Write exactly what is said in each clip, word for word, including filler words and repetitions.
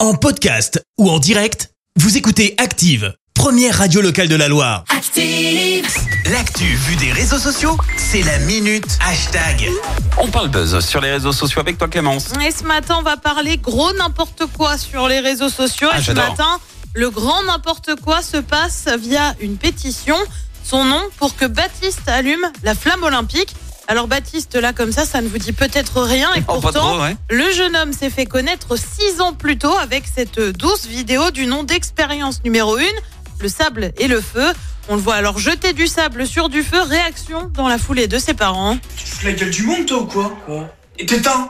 En podcast ou en direct, vous écoutez Active, première radio locale de la Loire. Active! L'actu vue des réseaux sociaux, c'est la minute hashtag. On parle buzz sur les réseaux sociaux avec toi Clémence. Et ce matin, on va parler gros n'importe quoi sur les réseaux sociaux. Ah, et ce j'adore. matin, le grand n'importe quoi se passe via une pétition. Son nom pour que Baptiste allume la flamme olympique. Alors Baptiste, là comme ça, ça ne vous dit peut-être rien. Et Oh, pas pourtant, trop, ouais. le jeune homme s'est fait connaître six ans plus tôt avec cette douce vidéo du nom d'expérience numéro une, le sable et le feu. On le voit alors jeter du sable sur du feu. Réaction dans la foulée de ses parents. Tu te fous la gueule du monde, toi, ou quoi? Quoi? Et t'éteins.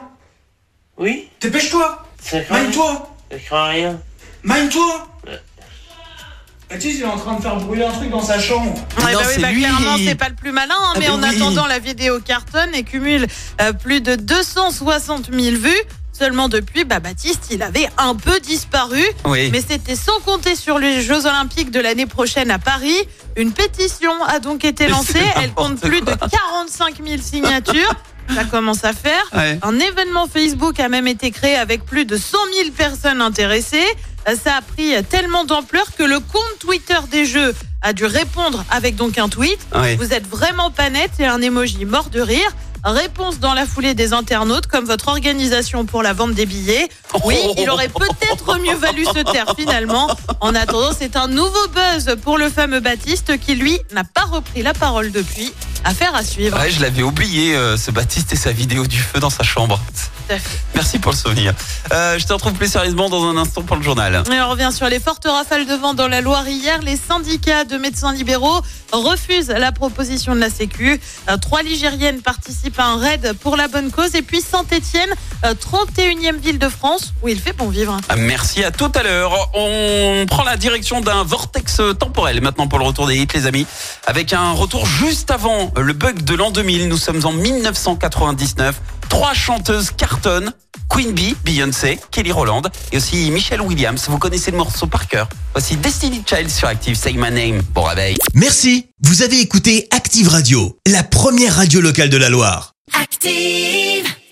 Oui? Dépêche-toi. Ça craint Mine-toi. Ça craint rien. Mine-toi. Ouais. Baptiste, il est en train de faire brûler un truc dans sa chambre. Ouais, Non, bah oui, c'est bah lui. clairement, c'est pas le plus malin, hein, Ah, mais bah en oui. attendant, la vidéo cartonne et cumule euh, plus de deux cent soixante mille vues. Seulement depuis, bah, Baptiste, il avait un peu disparu. Oui. Mais c'était sans compter sur les Jeux Olympiques de l'année prochaine à Paris. Une pétition a donc été Mais lancée. c'est Elle compte n'importe plus de quoi. quarante-cinq mille signatures. Ça commence à faire. Ouais. Un événement Facebook a même été créé avec plus de cent mille personnes intéressées. Ça a pris tellement d'ampleur que le compte Twitter des Jeux a dû répondre avec donc un tweet. Ouais. Vous êtes vraiment pas net et un emoji mort de rire. Réponse dans la foulée des internautes, comme votre organisation pour la vente des billets. Oui, il aurait peut-être mieux valu se taire finalement. En attendant, c'est un nouveau buzz pour le fameux Baptiste qui, lui, n'a pas repris la parole depuis. Affaire à suivre. Ouais, je l'avais oublié, euh, ce Baptiste et sa vidéo du feu dans sa chambre. Tout à fait. Merci pour le souvenir. Euh, je te retrouve plus sérieusement dans un instant pour le journal. Et on revient sur les fortes rafales de vent dans la Loire hier. Les syndicats de médecins libéraux refusent la proposition de la Sécu. Euh, Trois Ligériennes participent à un raid pour la bonne cause. Et puis Saint-Étienne, euh, trente et unième ville de France, où il fait bon vivre. Ah, merci, à tout à l'heure. On prend la direction d'un vortex temporel maintenant pour le retour des hits, les amis. Avec un retour juste avant le bug de l'an deux mille. Nous sommes en mille neuf cent quatre-vingt-dix-neuf. Trois chanteuses cartonnent. Queen Bee, Beyoncé, Kelly Rowland et aussi Michelle Williams. Vous connaissez le morceau par cœur. Voici Destiny Child sur Active. Say my name. Bon réveil. Merci, vous avez écouté Active Radio, la première radio locale de la Loire. Active.